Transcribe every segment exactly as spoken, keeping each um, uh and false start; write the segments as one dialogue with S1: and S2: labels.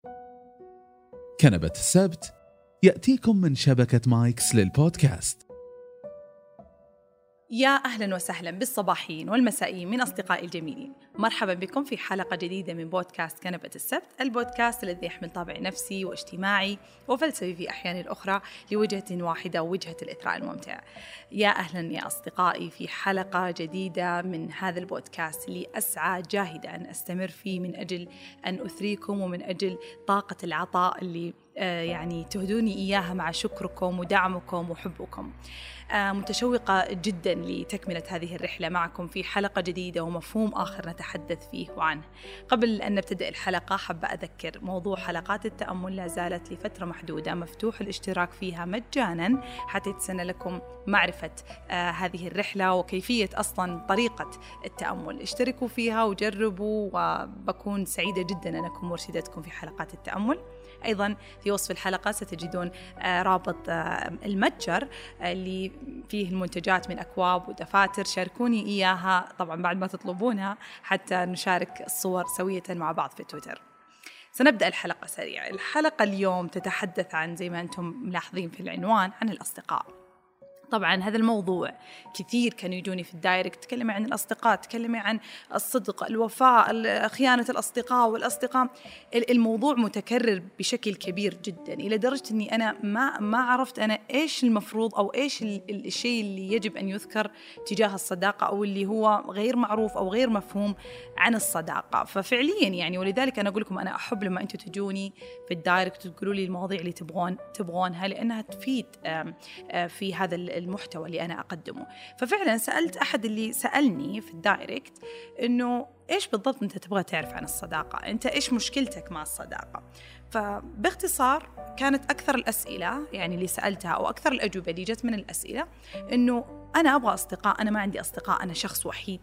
S1: كنبة السبت يأتيكم من شبكة مايكس للبودكاست.
S2: يا أهلاً وسهلاً بالصباحيين والمسائيين من أصدقائي الجميلين. مرحباً بكم في حلقة جديدة من بودكاست كنبة السبت، البودكاست الذي يحمل طابع نفسي واجتماعي وفلسفي في أحيان الأخرى لوجهة واحدة ووجهة الإثراء الممتع. يا أهلاً يا أصدقائي في حلقة جديدة من هذا البودكاست اللي أسعى جاهدة أن أستمر فيه من أجل أن أثريكم ومن أجل طاقة العطاء اللي يعني تهدوني إياها مع شكركم ودعمكم وحبكم. متشوقة جدا لتكملة هذه الرحلة معكم في حلقة جديدة ومفهوم آخر نتحدث فيه وعنه. قبل أن نبتدأ الحلقة حابة أذكر موضوع حلقات التأمل لا زالت لفترة محدودة مفتوح الاشتراك فيها مجانا حتى تسنى لكم معرفة آه هذه الرحلة وكيفية أصلا طريقة التأمل. اشتركوا فيها وجربوا وبكون سعيدة جدا أن أكون مرشدتكم في حلقات التأمل. أيضا في وصف الحلقة ستجدون رابط المتجر اللي فيه المنتجات من أكواب ودفاتر، شاركوني إياها طبعا بعد ما تطلبونها حتى نشارك الصور سوية مع بعض في تويتر. سنبدأ الحلقة سريعا. الحلقة اليوم تتحدث عن زي ما أنتم ملاحظين في العنوان عن الأصدقاء. طبعا هذا الموضوع كثير كانوا يجوني في الدايركت، تكلمي عن الأصدقاء، تكلمي عن الصدق، الوفاء، خيانة الأصدقاء والأصدقاء. الموضوع متكرر بشكل كبير جدا إلى درجة أني أنا ما ما عرفت أنا إيش المفروض أو إيش الشيء اللي يجب أن يذكر تجاه الصداقة أو اللي هو غير معروف أو غير مفهوم عن الصداقة. ففعليا يعني ولذلك أنا أقول لكم أنا أحب لما أنتوا تجوني في الدايركت وتقولوا لي المواضيع اللي تبغون تبغونها لأنها تفيد في هذا المحتوى اللي أنا أقدمه. ففعلا سألت أحد اللي سألني في الدايركت إنه إيش بالضبط أنت تبغى تعرف عن الصداقة، أنت إيش مشكلتك مع الصداقة. فباختصار كانت أكثر الأسئلة يعني اللي سألتها أو أكثر الأجوبة اللي جت من الأسئلة إنه أنا أبغى أصدقاء، أنا ما عندي أصدقاء، أنا شخص وحيد.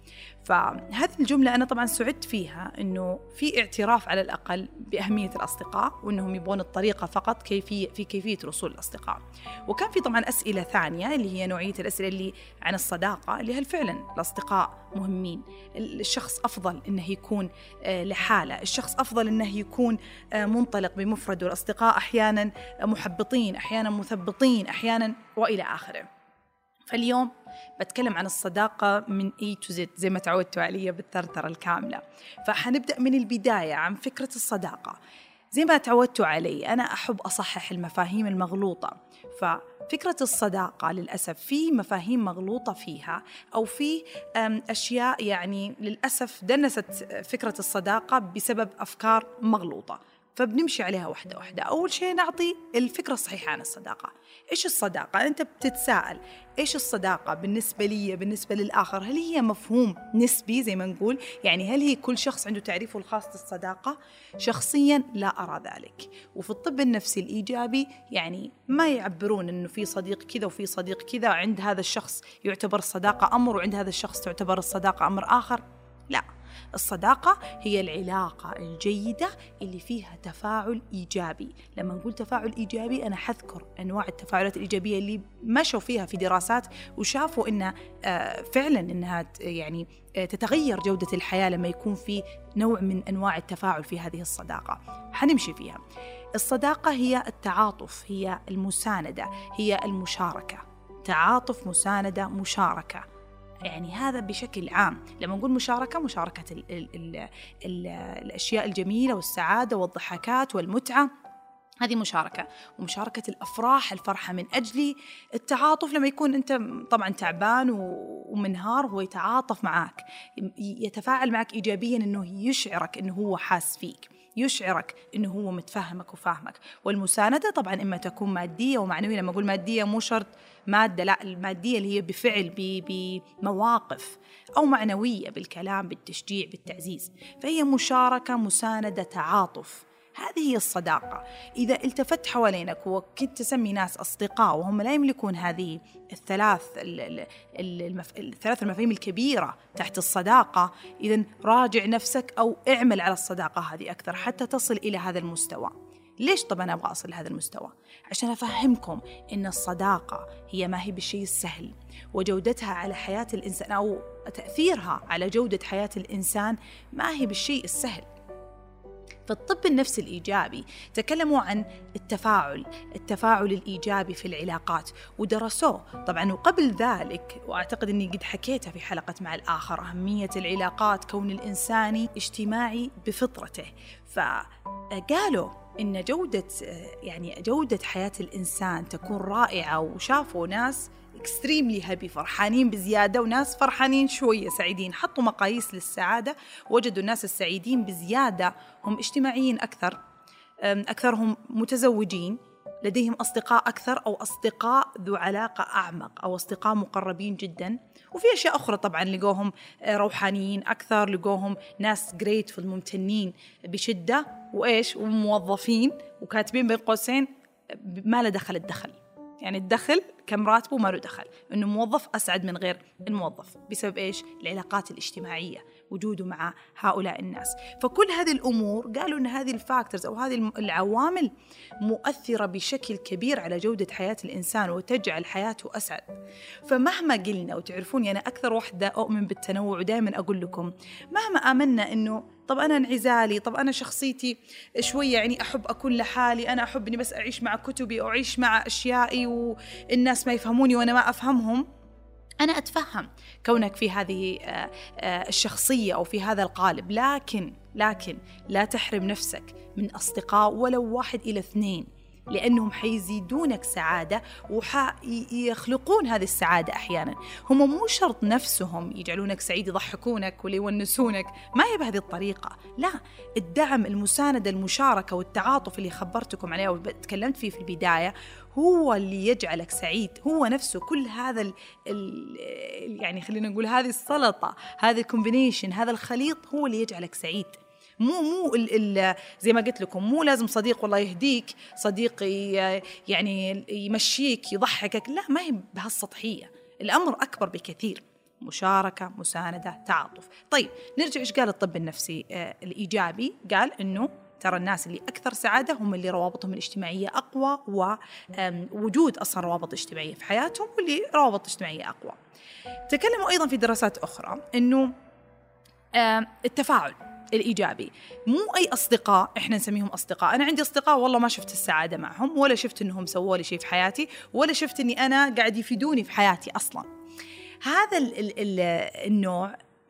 S2: فهذه الجملة أنا طبعا سعدت فيها إنه في اعتراف على الأقل بأهمية الأصدقاء وإنهم يبغون الطريقة فقط كيفية في كيفية وصول الأصدقاء. وكان في طبعا أسئلة ثانية اللي هي نوعية الأسئلة اللي عن الصداقة، اللي هل فعلا الأصدقاء مهمين؟ الشخص أفضل إنه يكون لحاله، الشخص أفضل إنه يكون منطلق بمفرده، الأصدقاء أحيانا محبطين، أحيانا مثبطين، أحيانا وإلى آخره. فاليوم بتكلم عن الصداقة من A to Z زي ما تعودتوا علي بالثرثرة الكاملة. فحنبدأ من البداية عن فكرة الصداقة. زي ما تعودتوا علي أنا أحب أصحح المفاهيم المغلوطة. ففكرة الصداقة للأسف في مفاهيم مغلوطة فيها أو في أشياء يعني للأسف دنست فكرة الصداقة بسبب أفكار مغلوطة، فبنمشي عليها واحدة واحدة. أول شيء نعطي الفكرة الصحيحة عن الصداقة. إيش الصداقة؟ أنت بتتساءل إيش الصداقة بالنسبة لي بالنسبة للآخر؟ هل هي مفهوم نسبي زي ما نقول؟ يعني هل هي كل شخص عنده تعريفه الخاص للصداقة؟ شخصيا لا أرى ذلك. وفي الطب النفسي الإيجابي يعني ما يعبرون إنه في صديق كذا وفي صديق كذا، عند هذا الشخص يعتبر الصداقة أمر وعند هذا الشخص تعتبر الصداقة أمر آخر. لا، الصداقة هي العلاقة الجيدة اللي فيها تفاعل إيجابي. لما نقول تفاعل إيجابي أنا حذكر أنواع التفاعلات الإيجابية اللي مشوا فيها في دراسات وشافوا إنها فعلا إنها يعني تتغير جودة الحياة لما يكون في نوع من أنواع التفاعل في هذه الصداقة. حنمشي فيها. الصداقة هي التعاطف، هي المساندة، هي المشاركة. تعاطف، مساندة، مشاركة. يعني هذا بشكل عام. لما نقول مشاركة، مشاركة ال ال ال ال الأشياء الجميلة والسعادة والضحكات والمتعة، هذه مشاركة. ومشاركة الأفراح، الفرحة من أجلي. التعاطف لما يكون أنت طبعا تعبان ومنهار هو يتعاطف معك، يتفاعل معك إيجابيا، أنه يشعرك أنه هو حاس فيك، يشعرك أنه هو متفهمك وفاهمك. والمساندة طبعا إما تكون مادية ومعنوية. لما أقول مادية مو شرط مادة، لا، المادية اللي هي بفعل بمواقف، أو معنوية بالكلام، بالتشجيع، بالتعزيز. فهي مشاركة، مساندة، تعاطف. هذه هي الصداقة. إذا التفت حوالينك وكنت تسمي ناس أصدقاء وهم لا يملكون هذه الثلاث المف... الثلاث المفاهيم الكبيرة تحت الصداقة، إذن راجع نفسك أو اعمل على الصداقة هذه أكثر حتى تصل إلى هذا المستوى. ليش طب أنا أبغى أصل لهذا المستوى؟ عشان أفهمكم إن الصداقة هي ما هي بالشيء السهل، وجودتها على حياة الإنسان أو تأثيرها على جودة حياة الإنسان ما هي بالشيء السهل. فالطب النفسي الإيجابي تكلموا عن التفاعل التفاعل الإيجابي في العلاقات ودرسوه طبعا. وقبل ذلك وأعتقد أني قد حكيتها في حلقة مع الآخر، أهمية العلاقات، كون الإنساني اجتماعي بفطرته. فقالوا إن جودة يعني جودة حياة الإنسان تكون رائعة، وشافوا ناس extremely happy فرحانين بزيادة وناس فرحانين شوية سعيدين. حطوا مقاييس للسعادة، وجدوا الناس السعيدين بزيادة هم اجتماعيين أكثر، أكثرهم متزوجين، لديهم أصدقاء أكثر أو أصدقاء ذو علاقة أعمق أو أصدقاء مقربين جدا. وفي أشياء أخرى طبعا لقوهم روحانيين أكثر، لقوهم ناس grateful ممتنين بشدة، وإيش وموظفين وكاتبين بين قوسين ما له دخل الدخل، يعني الدخل كم راتبه ما له دخل، إنه موظف أسعد من غير الموظف بسبب إيش؟ العلاقات الاجتماعية، وجوده مع هؤلاء الناس. فكل هذه الأمور قالوا إن هذه الفاكتورز أو هذه العوامل مؤثرة بشكل كبير على جودة حياة الإنسان وتجعل حياته أسعد. فمهما قلنا، وتعرفوني أنا أكثر واحدة أؤمن بالتنوع، ودائما أقول لكم مهما آمنا إنه طب أنا انعزالي، طب أنا شخصيتي شوية يعني أحب أكون لحالي، أنا أحب إني بس أعيش مع كتبي أو أعيش مع أشيائي والناس ما يفهموني وأنا ما أفهمهم، أنا أتفهم كونك في هذه الشخصية أو في هذا القالب، لكن لكن لا تحرم نفسك من أصدقاء ولو واحد إلى اثنين، لأنهم حيزيدونك سعادة ويخلقون هذه السعادة. أحيانا هم مو شرط نفسهم يجعلونك سعيد، يضحكونك ولا يونسونك، ما هي بهذه الطريقة، لا. الدعم، المساندة، المشاركة والتعاطف اللي خبرتكم عليه وتكلمت فيه في البداية هو اللي يجعلك سعيد. هو نفسه كل هذا ال ال يعني خلينا نقول هذه السلطة، هذا الكومبينيشن، هذا الخليط هو اللي يجعلك سعيد. مو مو ال ال زي ما قلت لكم، مو لازم صديق والله يهديك، صديق يعني يمشيك يضحكك، لا، ما هي بهالسطحية، الأمر أكبر بكثير. مشاركة، مساندة، تعاطف. طيب نرجع إيش قال الطب النفسي آه الإيجابي؟ قال إنه ترى الناس اللي أكثر سعادة هم اللي روابطهم الاجتماعية أقوى، ووجود أصلا روابط اجتماعية في حياتهم، واللي روابط اجتماعية أقوى. تكلموا أيضا في دراسات أخرى إنه آه التفاعل الإيجابي، مو أي أصدقاء إحنا نسميهم أصدقاء. أنا عندي أصدقاء والله ما شفت السعادة معهم، ولا شفت إنهم سووا لي شيء في حياتي، ولا شفت إني أنا قاعد يفيدوني في حياتي أصلا. هذا ال ال ال النوع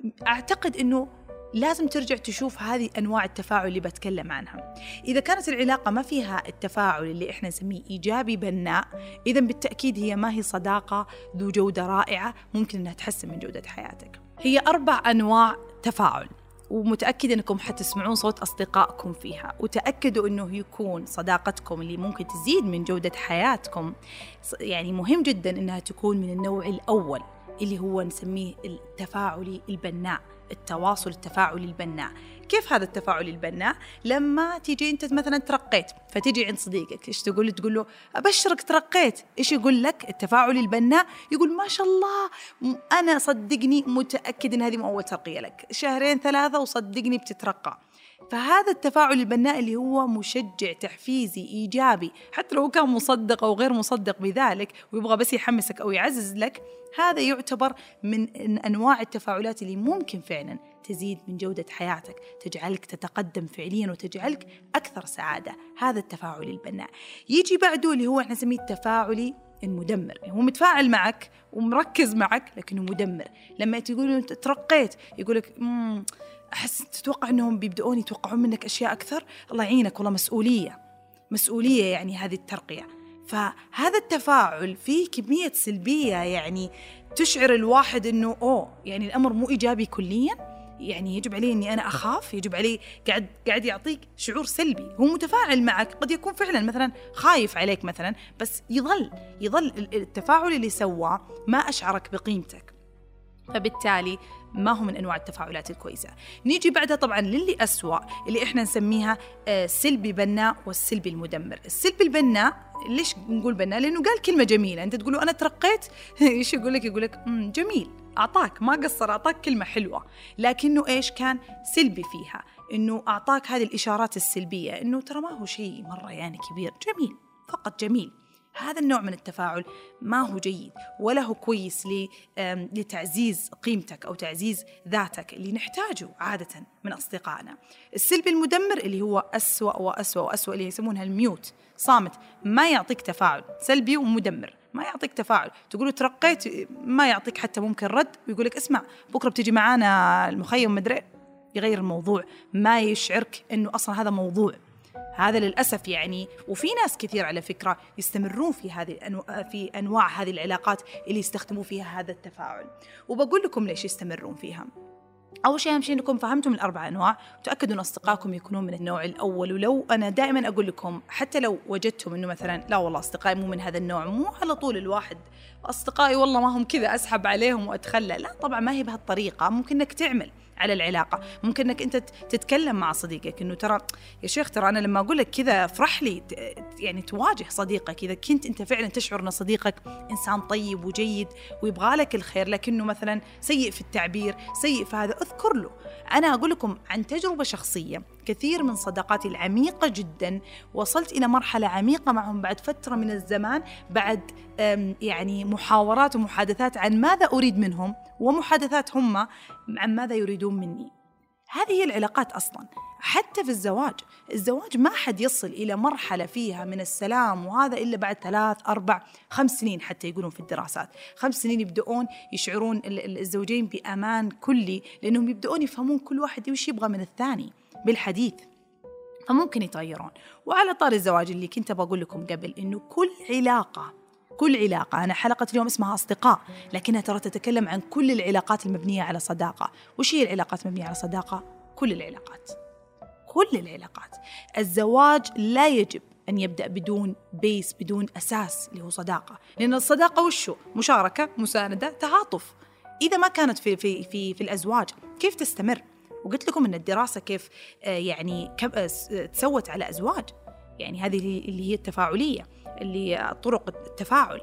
S2: أعتقد إنه لازم ترجع تشوف هذه أنواع التفاعل اللي بتكلم عنها. إذا كانت العلاقة ما فيها التفاعل اللي إحنا نسميه إيجابي بناء، إذا بالتأكيد هي ما هي صداقة ذو جودة رائعة ممكن أنها تحسن من جودة حياتك. هي أربع أنواع تفاعل، ومتأكد أنكم حتسمعون صوت أصدقائكم فيها، وتأكدوا أنه يكون صداقتكم اللي ممكن تزيد من جودة حياتكم يعني مهم جدا أنها تكون من النوع الأول اللي هو نسميه التفاعلي البناء، التواصل التفاعلي البناء. كيف هذا التفاعل البناء؟ لما تيجي أنت مثلا ترقيت، فتيجي عند صديقك إيش تقول؟ تقول له أبشرك ترقيت. إيش يقول لك التفاعل البناء؟ يقول ما شاء الله، أنا صدقني متأكد إن هذه مو أول ترقية لك، شهرين ثلاثة وصدقني بتترقى. فهذا التفاعل البناء اللي هو مشجع تحفيزي إيجابي، حتى لو كان مصدق أو غير مصدق بذلك ويبغى بس يحمسك أو يعزز لك، هذا يعتبر من أنواع التفاعلات اللي ممكن فعلا تزيد من جودة حياتك، تجعلك تتقدم فعليا وتجعلك أكثر سعادة. هذا التفاعل البناء. يجي بعده اللي هو احنا نسميه التفاعلي المدمر، هو متفاعل معك ومركز معك لكنه مدمر. لما تقول انت ترقيت يقولك امم أحس تتوقع أنهم بيبدؤون يتوقعون منك أشياء أكثر، الله يعينك والله، مسؤولية مسؤولية يعني هذه الترقية. فهذا التفاعل فيه كمية سلبية يعني تشعر الواحد أنه أوه يعني الأمر مو إيجابي كليا، يعني يجب عليه أني أنا أخاف، يجب عليه قاعد قاعد يعطيك شعور سلبي. هو متفاعل معك، قد يكون فعلا مثلا خايف عليك مثلا، بس يظل يظل التفاعل اللي سواه ما أشعرك بقيمتك، فبالتالي ما هو من أنواع التفاعلات الكويسة. نيجي بعدها طبعا للي أسوأ، اللي إحنا نسميها سلبي بناء والسلبي المدمر. السلبي البناء ليش نقول بناء؟ لأنه قال كلمة جميلة، أنت تقولوا أنا ترقيت إيش يقول لك؟ يقول لك جميل، أعطاك ما قصر، أعطاك كلمة حلوة، لكنه إيش كان سلبي فيها؟ إنه أعطاك هذه الإشارات السلبية، إنه ترى ما هو شيء مرة يعني كبير، جميل، فقط جميل. هذا النوع من التفاعل ما هو جيد ولا هو كويس لتعزيز قيمتك أو تعزيز ذاتك اللي نحتاجه عادة من أصدقائنا. السلبي المدمر اللي هو أسوأ وأسوأ وأسوأ، اللي يسمونها الميوت، صامت، ما يعطيك تفاعل، سلبي ومدمر، ما يعطيك تفاعل. تقوله ترقيت، ما يعطيك حتى ممكن رد، ويقولك اسمع بكرة بتجي معانا المخيم مدري، يغير الموضوع، ما يشعرك أنه أصلا هذا موضوع. هذا للأسف يعني. وفي ناس كثير على فكرة يستمرون في هذه الأنواع في أنواع هذه العلاقات اللي يستخدموا فيها هذا التفاعل، وبقول لكم ليش يستمرون فيها. أول شيء أهم شيء أنكم فهمتم الأربع أنواع، وتأكدوا أن أصدقائكم يكونون من النوع الأول. ولو أنا دائما أقول لكم حتى لو وجدتم أنه مثلا لا والله أصدقائي مو من هذا النوع، مو على طول الواحد أصدقائي والله ما هم كذا أسحب عليهم وأتخلى، لا طبعا ما هي بهالطريقة. ممكن أنك تعمل على العلاقة، ممكن أنك أنت تتكلم مع صديقك إنه ترى يا شيخ ترى أنا لما أقول لك كذا افرح لي، يعني تواجه صديقك إذا كنت أنت فعلا تشعر أن صديقك إنسان طيب وجيد ويبغى لك الخير، لكنه مثلا سيء في التعبير، سيء في هذا، أذكر له. أنا أقول لكم عن تجربة شخصية، كثير من صداقاتي العميقة جدا وصلت إلى مرحلة عميقة معهم بعد فترة من الزمان، بعد يعني محاورات ومحادثات عن ماذا أريد منهم ومحادثات هم عن ماذا يريدون مني. هذه هي العلاقات أصلا. حتى في الزواج، الزواج ما حد يصل إلى مرحلة فيها من السلام وهذا إلا بعد ثلاث أربع خمس سنين، حتى يقولون في الدراسات خمس سنين يبدأون يشعرون الزوجين بأمان كلي، لأنهم يبدأون يفهمون كل واحد وش يبغى من الثاني بالحديث، فممكن يتغيرون. وعلى طار الزواج اللي كنت بقول لكم قبل، إنه كل علاقة كل علاقة، أنا حلقة اليوم اسمها أصدقاء، لكنها ترى تتكلم عن كل العلاقات المبنية على صداقة. وش هي العلاقات المبنية على صداقة؟ كل العلاقات، كل العلاقات. الزواج لا يجب أن يبدأ بدون بيس، بدون أساس اللي هو صداقة، لأن الصداقة وشو؟ مشاركة، مساندة، تعاطف. إذا ما كانت في في في في الأزواج كيف تستمر؟ وقلت لكم أن الدراسة كيف يعني تسوت على أزواج، يعني هذه اللي هي التفاعلية، اللي طرق التفاعل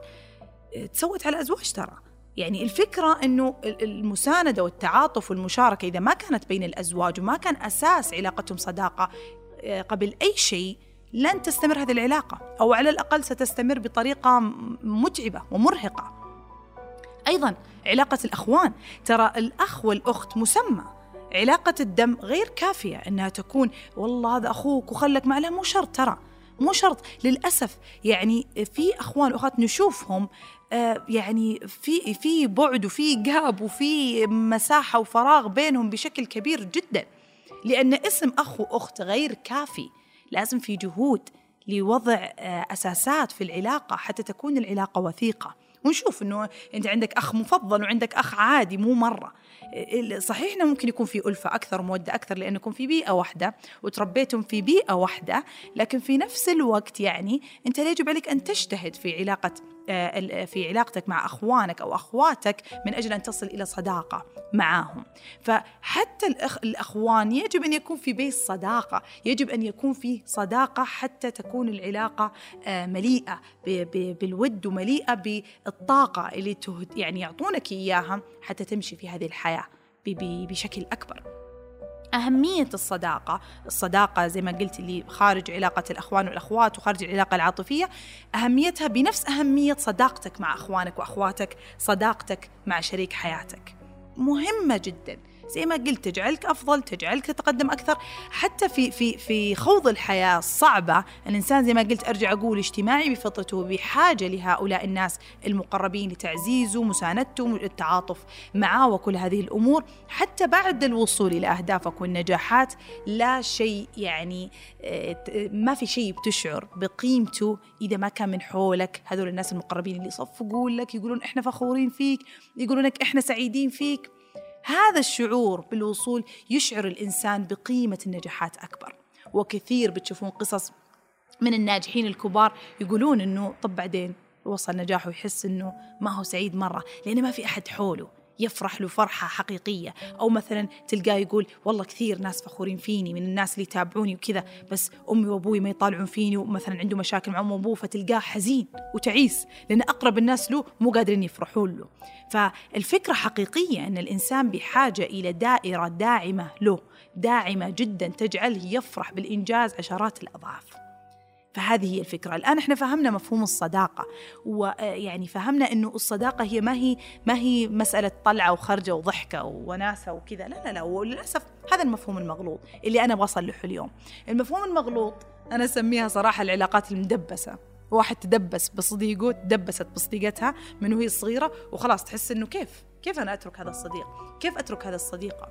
S2: تسوت على أزواج. ترى يعني الفكرة أنه المساندة والتعاطف والمشاركة إذا ما كانت بين الأزواج وما كان أساس علاقتهم صداقة قبل أي شيء، لن تستمر هذه العلاقة، أو على الأقل ستستمر بطريقة متعبة ومرهقة. أيضا علاقة الأخوان، ترى الأخ والأخت مسمى، علاقة الدم غير كافية أنها تكون والله هذا أخوك وخلك معه، مو شرط، ترى مو شرط للأسف. يعني في أخوان وأخوات نشوفهم آه يعني في في بعد وفي جاب وفي مساحة وفراغ بينهم بشكل كبير جدا، لأن اسم أخ وأخت غير كافي. لازم في جهود لوضع آه أساسات في العلاقة حتى تكون العلاقة وثيقة. ونشوف إنه أنت عندك أخ مفضل وعندك أخ عادي، مو مرة صحيح إنه ممكن يكون في ألفة أكثر، مودة أكثر، لأنكم في بيئة واحدة وتربيتم في بيئة واحدة، لكن في نفس الوقت يعني أنت يجب عليك أن تجتهد في علاقة في علاقتك مع أخوانك أو أخواتك من أجل أن تصل إلى صداقة معهم. فحتى الأخ الأخوان يجب أن يكون في بيت صداقة، يجب أن يكون فيه صداقة حتى تكون العلاقة مليئة بالود ومليئة بالطاقة اللي يعني يعطونك إياها حتى تمشي في هذه الحياة بشكل أكبر. أهمية الصداقة، الصداقة زي ما قلت اللي خارج علاقة الأخوان والأخوات وخارج العلاقة العاطفية، أهميتها بنفس أهمية صداقتك مع أخوانك وأخواتك، صداقتك مع شريك حياتك مهمة جدا. زي ما قلت تجعلك أفضل، تجعلك تتقدم أكثر، حتى في في في خوض الحياة الصعبة. الإنسان زي ما قلت أرجع أقول اجتماعي بفطرته، بحاجة لهؤلاء الناس المقربين لتعزيزه، مساندته، التعاطف معه وكل هذه الأمور، حتى بعد الوصول إلى أهدافك والنجاحات. لا شيء يعني ما في شيء بتشعر بقيمته إذا ما كان من حولك هذول الناس المقربين اللي يصفقوا لك، يقولون إحنا فخورين فيك، يقولون لك إحنا سعيدين فيك. هذا الشعور بالوصول يشعر الإنسان بقيمة النجاحات أكبر. وكثير بتشوفون قصص من الناجحين الكبار يقولون إنه طب بعدين وصل نجاحه يحس إنه ما هو سعيد مرة، لأنه ما في أحد حوله يفرح له فرحة حقيقية. أو مثلا تلقاه يقول والله كثير ناس فخورين فيني من الناس اللي يتابعوني وكذا، بس أمي وأبوي ما يطالعون فيني، ومثلا عنده مشاكل مع أمه وأبوه، فتلقاه حزين وتعيس لأن أقرب الناس له مو قادرين يفرحون له. فالفكرة حقيقية أن الإنسان بحاجة إلى دائرة داعمة له، داعمة جدا تجعله يفرح بالإنجاز عشرات الأضعاف. فهذه هي الفكرة. الآن احنا فهمنا مفهوم الصداقة، ويعني فهمنا إنه الصداقة هي ما هي ما هي مسألة طلعة وخرجة وضحكة وناسة وكذا، لا لا لا. وللأسف هذا المفهوم المغلوط اللي أنا بوصل له اليوم. المفهوم المغلوط أنا أسميها صراحة العلاقات المدبسة. واحد تدبس بصديقه، تدبست بصديقتها من وهي صغيرة، وخلاص تحس إنه كيف كيف أنا أترك هذا الصديق، كيف أترك هذا الصديقة،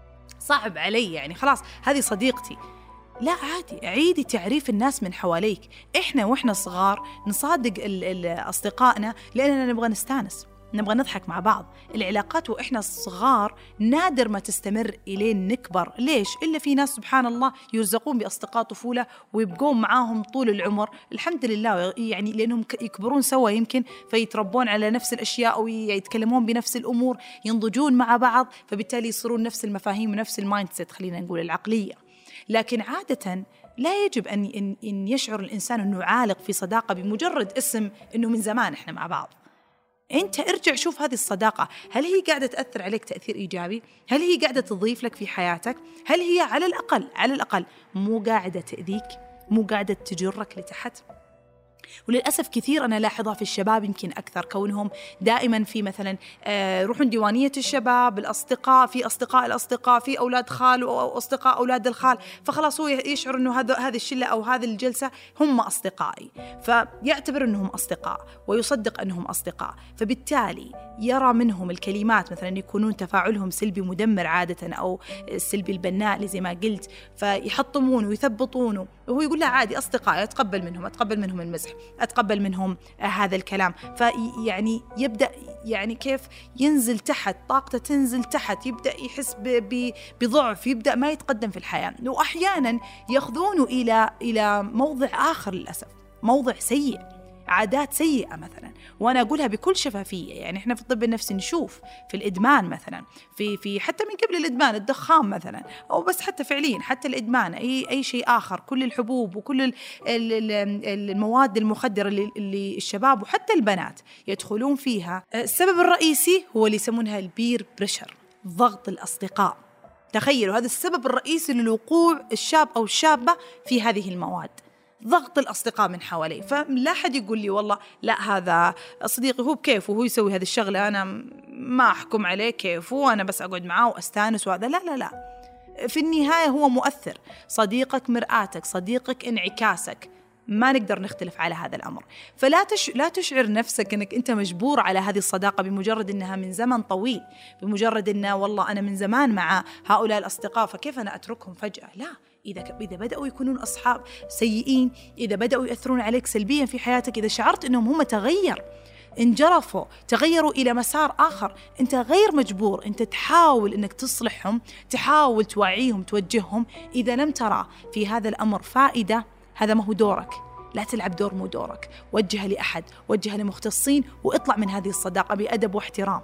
S2: صعب علي، يعني خلاص هذه صديقتي. لا عادي، عيدي تعريف الناس من حواليك. إحنا وإحنا صغار نصادق أصدقائنا لأننا نبغى نستانس، نبغى نضحك مع بعض. العلاقات وإحنا صغار نادر ما تستمر إلين نكبر. ليش؟ إلا في ناس سبحان الله يرزقون بأصدقاء طفولة ويبقون معاهم طول العمر، الحمد لله، يعني لأنهم يكبرون سوا يمكن فيتربون على نفس الأشياء ويتكلمون بنفس الأمور، ينضجون مع بعض، فبالتالي يصيرون نفس المفاهيم ونفس المايند سيت، خلينا نقول العقلية. لكن عادة لا يجب أن إن يشعر الإنسان أنه عالق في صداقة بمجرد اسم أنه من زمان إحنا مع بعض. أنت ارجع شوف هذه الصداقة، هل هي قاعدة تأثر عليك تأثير إيجابي؟ هل هي قاعدة تضيف لك في حياتك؟ هل هي على الأقل على الأقل مو قاعدة تأذيك؟ مو قاعدة تجرك لتحت؟ وللأسف كثير أنا لاحظها في الشباب يمكن أكثر، كونهم دائما في مثلا يروحون ديوانية الشباب، الأصدقاء في أصدقاء الأصدقاء، في أولاد خال وأصدقاء أولاد الخال، فخلاص هو يشعر أنه هذا هذه الشلة أو هذه الجلسة هم أصدقائي، فيعتبر أنهم أصدقاء ويصدق أنهم أصدقاء، فبالتالي يرى منهم الكلمات مثلا يكونون تفاعلهم سلبي مدمر عادة أو السلبي البناء اللي زي ما قلت، فيحطمونه ويثبطونه، وهو يقول لا عادي أصدقائي، أتقبل منهم أتقبل منهم المزح، أتقبل منهم هذا الكلام. فيعني يبدأ يعني كيف ينزل تحت، طاقته تنزل تحت، يبدأ يحس بضعف، يبدأ ما يتقدم في الحياة، وأحيانا يأخذونه إلى إلى موضع آخر للأسف، موضع سيء، عادات سيئة مثلا. وأنا أقولها بكل شفافية، يعني إحنا في الطب النفسي نشوف في الإدمان مثلا، في في حتى من قبل الإدمان الدخان مثلا، أو بس حتى فعليا حتى الإدمان أي أي شيء آخر، كل الحبوب وكل المواد المخدرة اللي, اللي الشباب وحتى البنات يدخلون فيها، السبب الرئيسي هو اللي يسمونها البير بريشر، ضغط الأصدقاء. تخيلوا هذا السبب الرئيسي للوقوع الشاب أو الشابة في هذه المواد، ضغط الأصدقاء من حواليه. فلا حد يقول لي والله لا هذا صديقي هو بكيفه وهو يسوي هذه الشغلة، أنا ما أحكم عليه كيفه وأنا بس أقعد معاه وأستانس وهذا، لا لا لا، في النهاية هو مؤثر، صديقك مرآتك، صديقك انعكاسك، ما نقدر نختلف على هذا الأمر. فلا تش... لا تشعر نفسك أنك أنت مجبور على هذه الصداقة بمجرد أنها من زمن طويل، بمجرد أنه والله أنا من زمان مع هؤلاء الأصدقاء فكيف أنا أتركهم فجأة. لا، إذا إذا بدأوا يكونون أصحاب سيئين، إذا بدأوا يأثرون عليك سلبيا في حياتك، إذا شعرت أنهم هم تغير انجرفوا تغيروا إلى مسار آخر، أنت غير مجبور، أنت تحاول أنك تصلحهم، تحاول توعيهم، توجههم. إذا لم ترى في هذا الأمر فائدة، هذا ما هو دورك، لا تلعب دور مو دورك، وجهها لأحد، وجهها لمختصين، واطلع من هذه الصداقة بأدب واحترام.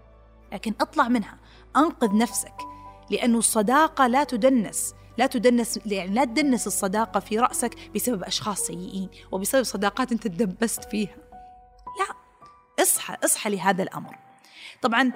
S2: لكن اطلع منها، أنقذ نفسك، لأنه الصداقة لا تدنس، لا تدنس يعني لا تدنس الصداقة في رأسك بسبب أشخاص سيئين وبسبب صداقات أنت تدبست فيها. لا، اصحى اصحى لهذا الأمر. طبعا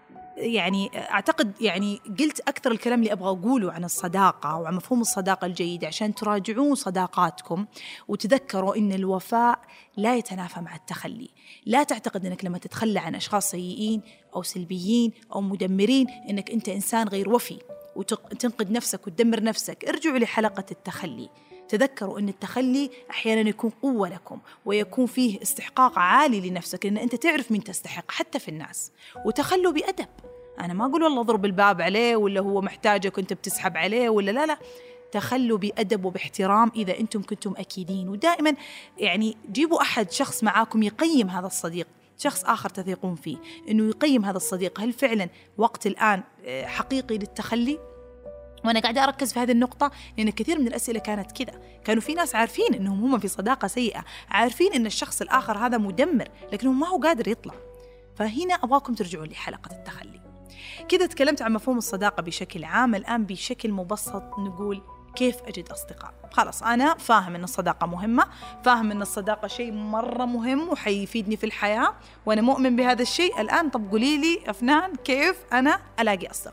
S2: يعني أعتقد يعني قلت أكثر الكلام اللي أبغى أقوله عن الصداقة وعن مفهوم الصداقة الجيدة عشان تراجعون صداقاتكم وتذكروا إن الوفاء لا يتنافى مع التخلي. لا تعتقد أنك لما تتخلى عن أشخاص سيئين أو سلبيين أو مدمرين أنك أنت إنسان غير وفي وتنقذ نفسك وتدمر نفسك. ارجعوا لحلقة التخلي، تذكروا أن التخلي أحيانا يكون قوة لكم ويكون فيه استحقاق عالي لنفسك، لأن أنت تعرف من تستحق حتى في الناس. وتخلوا بأدب، أنا ما أقول والله ضرب الباب عليه ولا هو محتاجك وأنت بتسحب عليه ولا لا لا، تخلوا بأدب وباحترام إذا أنتم كنتم أكيدين. ودائما يعني جيبوا أحد شخص معاكم يقيم هذا الصديق، شخص آخر تثقون فيه أنه يقيم هذا الصديق، هل فعلا وقت الآن حقيقي للتخلي؟ وأنا قاعدة أركز في هذه النقطة لأن كثير من الأسئلة كانت كذا، كانوا في ناس عارفين أنهم هم في صداقة سيئة، عارفين أن الشخص الآخر هذا مدمر لكنهم ما هو قادر يطلع. فهنا أبغاكم ترجعوا لحلقة التخلي. كذا تكلمت عن مفهوم الصداقة بشكل عام، الآن بشكل مبسط نقول كيف أجد أصدقاء. خلاص أنا فاهم أن الصداقة مهمة، فاهم أن الصداقة شيء مرة مهم وحيفيدني في الحياة وأنا مؤمن بهذا الشيء. الآن طب قولي لي أفنان كيف أنا ألاقي أصدقاء؟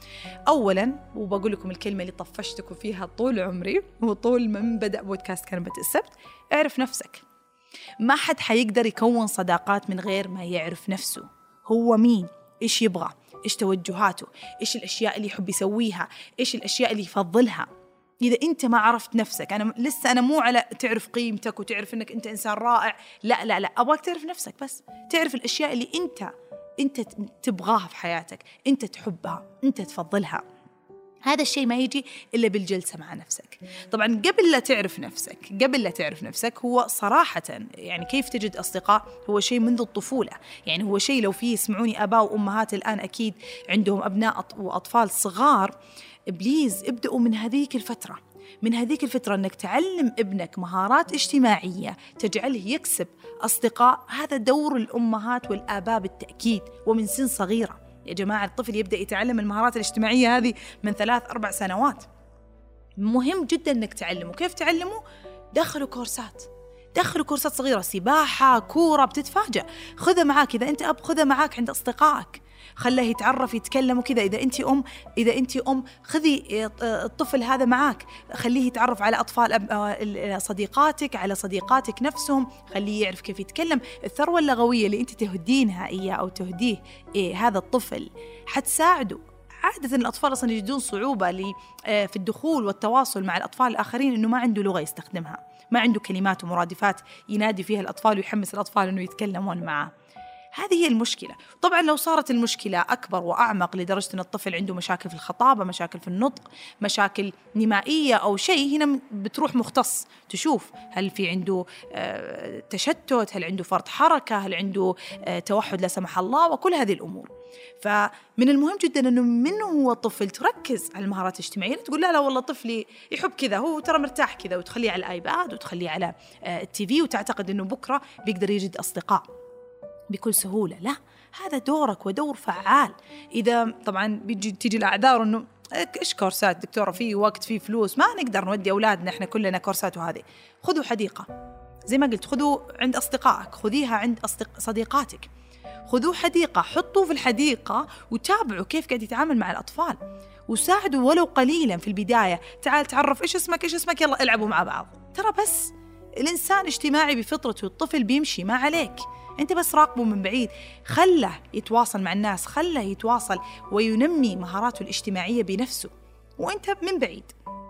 S2: أولاً، وبقول لكم الكلمة اللي طفشتكم فيها طول عمري وطول من بدأ بودكاست كنبة السبت: اعرف نفسك. ما حد حيقدر يكون صداقات من غير ما يعرف نفسه. هو مين؟ إيش يبغى؟ إيش توجهاته؟ إيش الأشياء اللي يحب يسويها؟ إيش الأشياء اللي يفضلها؟ إذا أنت ما عرفت نفسك، أنا لسه أنا مو على تعرف قيمتك وتعرف أنك أنت إنسان رائع، لا لا لا، أبغاك تعرف نفسك، بس تعرف الأشياء اللي أنت أنت تبغاها في حياتك، أنت تحبها، أنت تفضلها. هذا الشيء ما يجي إلا بالجلسة مع نفسك. طبعاً قبل لا تعرف نفسك قبل لا تعرف نفسك هو صراحة يعني كيف تجد أصدقاء هو شيء منذ الطفولة. يعني هو شيء لو فيه يسمعوني آباء وأمهات الآن أكيد عندهم أبناء وأطفال صغار، بليز ابدأوا من هذيك الفترة من هذيك الفترة أنك تعلم ابنك مهارات اجتماعية تجعله يكسب أصدقاء. هذا دور الأمهات والآباء بالتأكيد، ومن سن صغيرة. يا جماعة الطفل يبدأ يتعلم المهارات الاجتماعية هذه من ثلاث أربع سنوات. مهم جدا أنك تعلمه. كيف تعلمه؟ دخلوا كورسات دخلوا كورسات صغيرة، سباحة، كورة، بتتفاجأ. خذها معاك إذا أنت أب، خذها معاك عند أصدقائك، خليه يتعرف يتكلم وكذا. إذا أنت أم إذا أنت أم خذي الطفل هذا معاك، خليه يتعرف على أطفال صديقاتك، على صديقاتك نفسهم، خليه يعرف كيف يتكلم. الثروة اللغوية اللي أنت تهدينها إياه أو تهديه إيه هذا الطفل حتساعده. عادة الأطفال أصلا يجدون صعوبة في الدخول والتواصل مع الأطفال الآخرين، إنه ما عنده لغة يستخدمها، ما عنده كلمات ومرادفات ينادي فيها الأطفال ويحمس الأطفال إنه يتكلمون معه. هذه هي المشكلة. طبعا لو صارت المشكلة أكبر وأعمق لدرجة أن الطفل عنده مشاكل في الخطابة، مشاكل في النطق، مشاكل نمائية أو شيء، هنا بتروح مختص تشوف هل في عنده آه تشتت، هل عنده فرط حركة، هل عنده آه توحد لا سمح الله، وكل هذه الأمور. فمن المهم جدا أنه من هو طفل تركز على المهارات الاجتماعية. تقول لا لا والله طفلي يحب كذا، هو ترى مرتاح كذا، وتخليه على الآيباد وتخليه على آه التي في، وتعتقد أنه بكرة بيقدر يجد أصدقاء بكل سهولة. لا، هذا دورك ودور فعال. إذا طبعا بيجي تيجي الأعذار إنه إيش كورسات دكتورة، فيه وقت، فيه فلوس، ما نقدر نودي أولادنا إحنا كلنا كورسات. وهذه خذوا حديقة زي ما قلت، خذوا عند أصدقائك، خذيها عند أصدق... صديقاتك، خذوا حديقة، حطوا في الحديقة وتابعوا كيف قاعد يتعامل مع الأطفال، وساعدوا ولو قليلا في البداية. تعال تعرف إيش اسمك إيش اسمك يلا العبوا مع بعض. ترى بس الإنسان اجتماعي بفطرته، الطفل بيمشي ما عليك، أنت بس راقبه من بعيد، خله يتواصل مع الناس، خله يتواصل وينمي مهاراته الاجتماعية بنفسه وأنت من بعيد.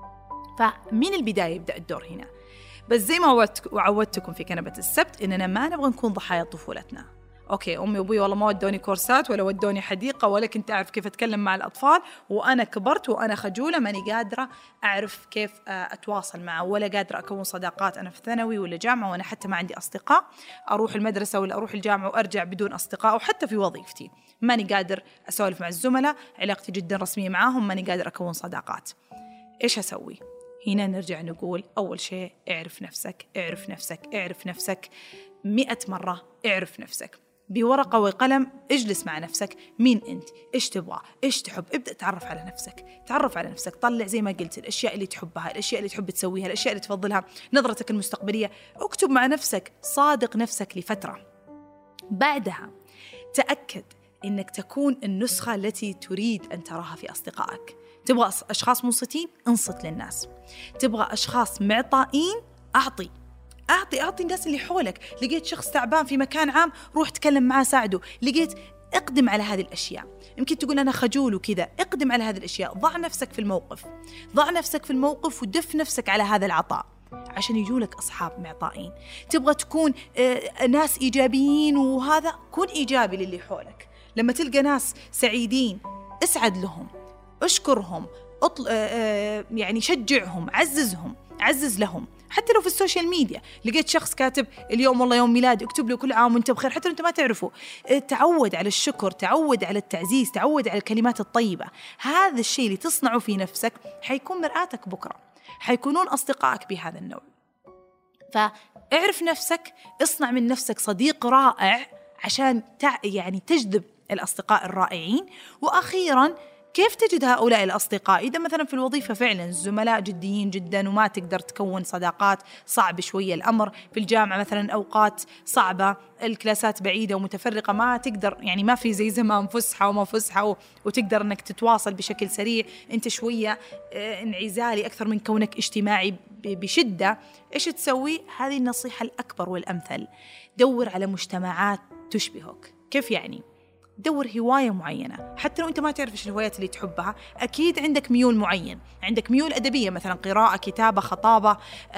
S2: فمن البداية يبدأ الدور هنا. بس زي ما وعودتكم في كنبة السبت إننا ما نبغى نكون ضحايا طفولتنا. أوكي، أمي وأبوي والله ما ودوني كورسات ولا ودوني حديقة ولا كنت أعرف كيف أتكلم مع الأطفال، وأنا كبرت وأنا خجولة ماني قادرة أعرف كيف أتواصل معه، ولا قادرة أكون صداقات. أنا في ثانوي ولا جامعة وأنا حتى ما عندي أصدقاء، أروح المدرسة ولا أروح الجامعة وأرجع بدون أصدقاء، وحتى في وظيفتي ماني قادر أسولف مع الزملاء، علاقتي جدا رسمية معاهم، ماني قادر أكون صداقات. إيش أسوي؟ هنا نرجع نقول أول شيء اعرف نفسك، اعرف نفسك، اعرف نفسك مئة مرة. اعرف نفسك بورقة وقلم، اجلس مع نفسك، مين أنت، إيش تبغى، إيش تحب، ابدأ تعرف على نفسك، تعرف على نفسك، طلع زي ما قلت الأشياء اللي تحبها، الأشياء اللي تحب تسويها، الأشياء اللي تفضلها، نظرتك المستقبلية، اكتب مع نفسك، صادق نفسك لفترة. بعدها تأكد أنك تكون النسخة التي تريد أن تراها في أصدقائك. تبغى أشخاص منصتين، انصت للناس. تبغى أشخاص معطائين، أعطي أعطي أعطي الناس اللي حولك. لقيت شخص تعبان في مكان عام، روح تكلم معاه، ساعده. لقيت، اقدم على هذه الأشياء. يمكن تقول أنا خجول وكذا، اقدم على هذه الأشياء. ضع نفسك في الموقف ضع نفسك في الموقف ودف نفسك على هذا العطاء عشان يجولك أصحاب معطائين. تبغى تكون آه ناس إيجابيين، وهذا كون إيجابي للي حولك. لما تلقى ناس سعيدين اسعد لهم، اشكرهم، أطل... آه يعني شجعهم، عززهم، عزز لهم. حتى لو في السوشيال ميديا لقيت شخص كاتب اليوم والله يوم ميلادي، اكتب له كل عام وانت بخير، حتى لو انت ما تعرفه. تعود على الشكر، تعود على التعزيز، تعود على الكلمات الطيبة. هذا الشيء اللي تصنعه في نفسك حيكون مرآتك بكرة، حيكونون أصدقائك بهذا النوع. فاعرف نفسك، اصنع من نفسك صديق رائع عشان تع... يعني تجذب الأصدقاء الرائعين. وأخيراً كيف تجد هؤلاء الأصدقاء؟ إذا مثلا في الوظيفة فعلا الزملاء جديين جدا وما تقدر تكون صداقات، صعب شوية الأمر. في الجامعة مثلا أوقات صعبة، الكلاسات بعيدة ومتفرقة، ما تقدر يعني ما في زي زمان فسحة وما فسحة وتقدر أنك تتواصل بشكل سريع، أنت شوية انعزالي أكثر من كونك اجتماعي بشدة. إيش تسوي؟ هذه النصيحة الأكبر والأمثل، دور على مجتمعات تشبهك. كيف يعني؟ دور هواية معينة، حتى لو أنت ما تعرف إيش الهوايات اللي تحبها، أكيد عندك ميول معين، عندك ميول أدبية مثلا، قراءة، كتابة، خطابة،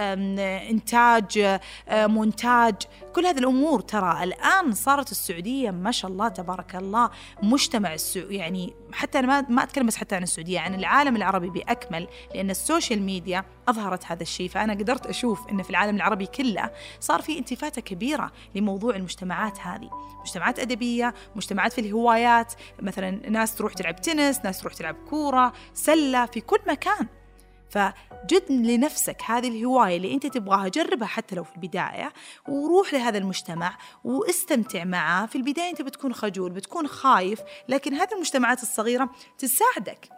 S2: إنتاج، مونتاج، كل هذه الأمور. ترى الآن صارت السعودية ما شاء الله تبارك الله مجتمع السعودي، يعني حتى أنا ما ما أتكلم بس حتى عن السعودية، عن العالم العربي بأكمل، لأن السوشيال ميديا أظهرت هذا الشيء. فأنا قدرت أشوف إن في العالم العربي كله صار في انتفاته كبيرة لموضوع المجتمعات هذه، مجتمعات أدبية، مجتمعات في الهوايات، مثلا ناس تروح تلعب تنس، ناس تروح تلعب كورة، سلة، في كل مكان. فجد لنفسك هذه الهواية اللي أنت تبغاها، جربها حتى لو في البداية، وروح لهذا المجتمع واستمتع معه. في البداية أنت بتكون خجول، بتكون خايف، لكن هذه المجتمعات الصغيرة تساعدك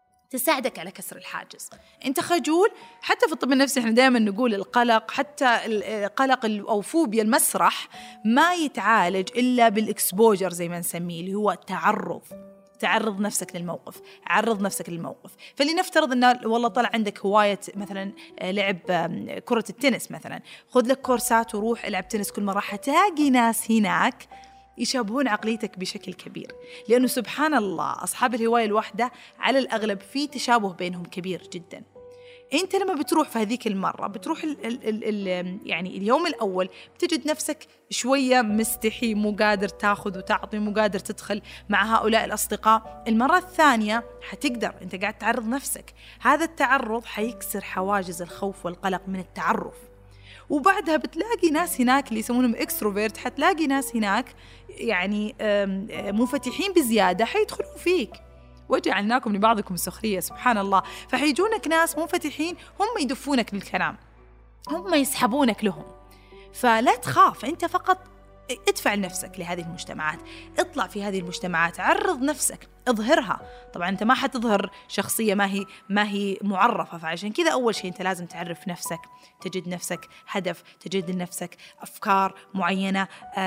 S2: تساعدك على كسر الحاجز. أنت خجول، حتى في الطب النفسي إحنا دائما نقول القلق، حتى القلق أو فوبيا المسرح ما يتعالج إلا بالإكسبوجر زي ما نسميه، اللي هو التعرض. تعرض نفسك للموقف، عرض نفسك للموقف. فلنفترض أنه والله طلع عندك هواية مثلا لعب كرة التنس مثلا، خذ لك كورسات وروح العب تنس كل مرة، حتلاقي ناس هناك يشابهون عقليتك بشكل كبير، لأنه سبحان الله أصحاب الهواية الواحدة على الأغلب في تشابه بينهم كبير جدا. أنت لما بتروح في هذيك المرة بتروح ال ال ال يعني اليوم الأول بتجد نفسك شوية مستحي، مو قادر تاخذ وتعطي، مو قادر تدخل مع هؤلاء الأصدقاء. المرة الثانية حتقدر، أنت قاعد تعرض نفسك، هذا التعرض حيكسر حواجز الخوف والقلق من التعرف. وبعدها بتلاقي ناس هناك اللي يسمونهم اكستروفيرت، حتلاقي ناس هناك يعني منفتحين بزيادة حيدخلوا فيك. وجعلناكم لبعضكم سخرية، سبحان الله. فحيجونك ناس منفتحين هم يدفونك بالكلام، هم يسحبونك لهم. فلا تخاف، أنت فقط ادفع لنفسك لهذه المجتمعات، اطلع في هذه المجتمعات، عرض نفسك، اظهرها. طبعا أنت ما حتظهر شخصية ما هي ما هي معرفة، فعشان كذا أول شيء أنت لازم تعرف نفسك، تجد نفسك هدف، تجد لنفسك أفكار معينة،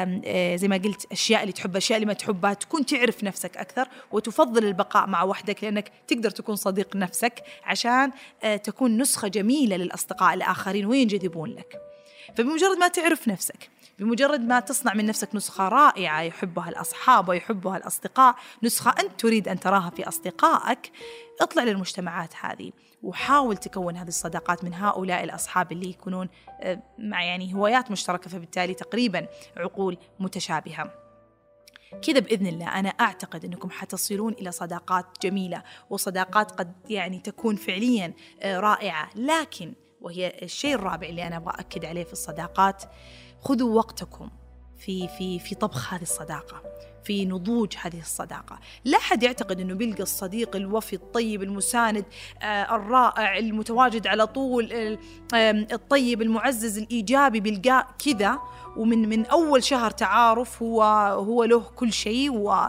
S2: زي ما قلت أشياء اللي تحبها، أشياء اللي ما تحبها، تكون تعرف نفسك أكثر، وتفضل البقاء مع وحدك لأنك تقدر تكون صديق نفسك، عشان تكون نسخة جميلة للأصدقاء الآخرين وينجذبون لك. فبمجرد ما تعرف نفسك، بمجرد ما تصنع من نفسك نسخة رائعة يحبها الأصحاب ويحبها الأصدقاء، نسخة أنت تريد أن تراها في أصدقائك، اطلع للمجتمعات هذه وحاول تكون هذه الصداقات من هؤلاء الأصحاب اللي يكونون مع يعني هوايات مشتركة، فبالتالي تقريبا عقول متشابهة. كذا بإذن الله أنا أعتقد أنكم حتصلون إلى صداقات جميلة، وصداقات قد يعني تكون فعليا رائعة. لكن وهي الشيء الرابع اللي أنا أبغى أكد عليه في الصداقات، خذوا وقتكم في في في طبخ هذه الصداقة، في نضوج هذه الصداقة. لا أحد يعتقد أنه بيلقى الصديق الوفي الطيب المساند آه الرائع المتواجد على طول، آه الطيب المعزز الإيجابي، بيلقاه كذا ومن من أول شهر تعارف هو هو له كل شيء،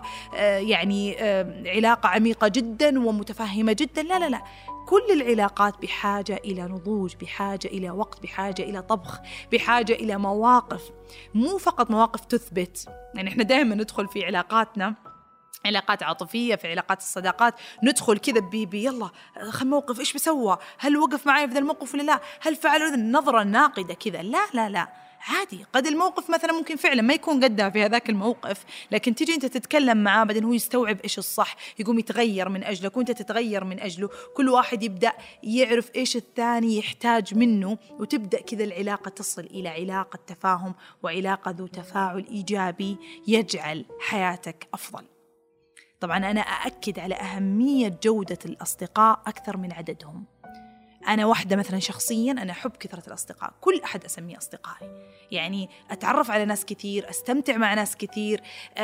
S2: ويعني آه علاقة عميقة جدا ومتفهمة جدا. لا لا لا، كل العلاقات بحاجة إلى نضوج، بحاجة إلى وقت، بحاجة إلى طبخ، بحاجة إلى مواقف، مو فقط مواقف تثبت. يعني إحنا دائما ندخل في علاقاتنا، علاقات عاطفية، في علاقات الصداقات، ندخل كذا بي يلا خل موقف، إيش بسوى، هل وقف معي في ذا الموقف ولا لا، هل فعل النظرة الناقدة كذا. لا لا لا، عادي. قد الموقف مثلا ممكن فعلا ما يكون قدها في هذاك الموقف، لكن تيجي أنت تتكلم معاه، بعدين هو يستوعب إيش الصح، يقوم يتغير من أجلك وأنت تتغير من أجله. كل واحد يبدأ يعرف إيش الثاني يحتاج منه، وتبدأ كذا العلاقة تصل إلى علاقة تفاهم وعلاقة ذو تفاعل إيجابي يجعل حياتك أفضل. طبعا أنا أأكد على أهمية جودة الأصدقاء أكثر من عددهم. أنا واحدة مثلا شخصيا أنا أحب كثرة الأصدقاء، كل أحد أسميه أصدقائي، يعني أتعرف على ناس كثير، أستمتع مع ناس كثير،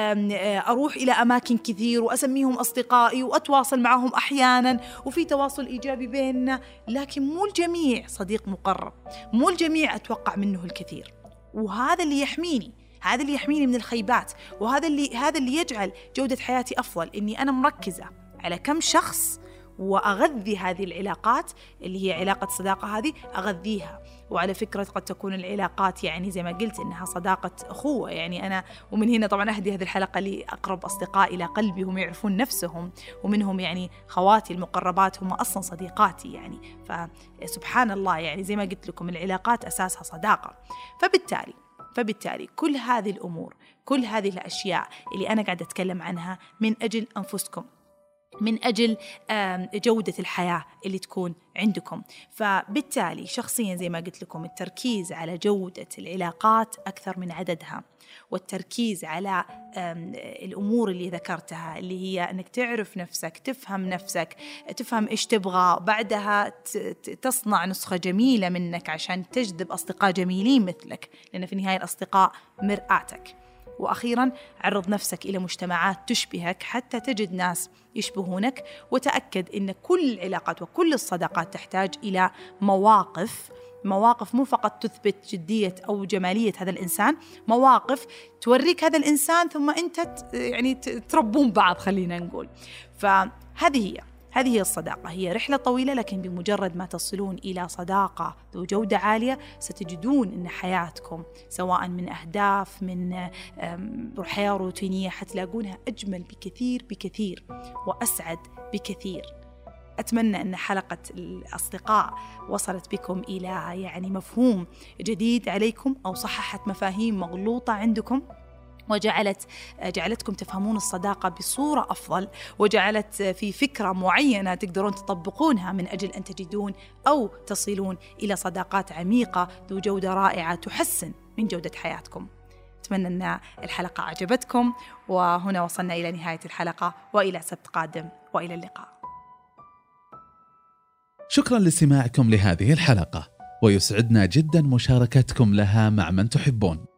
S2: أروح إلى أماكن كثير وأسميهم أصدقائي وأتواصل معهم أحيانا، وفي تواصل إيجابي بيننا. لكن مو الجميع صديق مقرب، مو الجميع أتوقع منه الكثير، وهذا اللي يحميني، هذا اللي يحميني من الخيبات، وهذا اللي هذا اللي يجعل جودة حياتي أفضل، إني أنا مركزة على كم شخص وأغذي هذه العلاقات اللي هي علاقة صداقة هذه أغذيها. وعلى فكرة قد تكون العلاقات يعني زي ما قلت إنها صداقة أخوة، يعني أنا ومن هنا طبعا أهدي هذه الحلقة لأقرب أصدقاء إلى قلبي هم يعرفون نفسهم، ومنهم يعني خواتي المقربات هم أصلا صديقاتي يعني. فسبحان الله يعني زي ما قلت لكم العلاقات أساسها صداقة. فبالتالي فبالتالي كل هذه الأمور، كل هذه الأشياء اللي أنا قاعدة أتكلم عنها من أجل أنفسكم، من أجل جودة الحياة اللي تكون عندكم. فبالتالي شخصيا زي ما قلت لكم التركيز على جودة العلاقات أكثر من عددها، والتركيز على الأمور اللي ذكرتها اللي هي أنك تعرف نفسك، تفهم نفسك، تفهم إيش تبغى، بعدها تصنع نسخة جميلة منك عشان تجذب أصدقاء جميلين مثلك، لأن في النهاية الأصدقاء مرآتك. وأخيراً عرض نفسك إلى مجتمعات تشبهك حتى تجد ناس يشبهونك، وتأكد أن كل العلاقات وكل الصداقات تحتاج إلى مواقف مواقف مو فقط تثبت جدية أو جمالية هذا الإنسان، مواقف توريك هذا الإنسان ثم أنت يعني تربون بعض خلينا نقول. فهذه هي هذه هي الصداقة، هي رحلة طويلة، لكن بمجرد ما تصلون إلى صداقة ذو جودة عالية ستجدون أن حياتكم سواء من أهداف من حياة روتينية حتلاقونها أجمل بكثير بكثير وأسعد بكثير. أتمنى أن حلقة الأصدقاء وصلت بكم إلى يعني مفهوم جديد عليكم، أو صححت مفاهيم مغلوطة عندكم، وجعلت جعلتكم تفهمون الصداقة بصورة أفضل، وجعلت في فكرة معينة تقدرون تطبقونها من أجل أن تجدون أو تصلون إلى صداقات عميقة ذو جودة رائعة تحسن من جودة حياتكم. أتمنى أن الحلقة أعجبتكم، وهنا وصلنا إلى نهاية الحلقة، وإلى سبت قادم، وإلى اللقاء.
S1: شكرا لاستماعكم لهذه الحلقة، ويسعدنا جدا مشاركتكم لها مع من تحبون.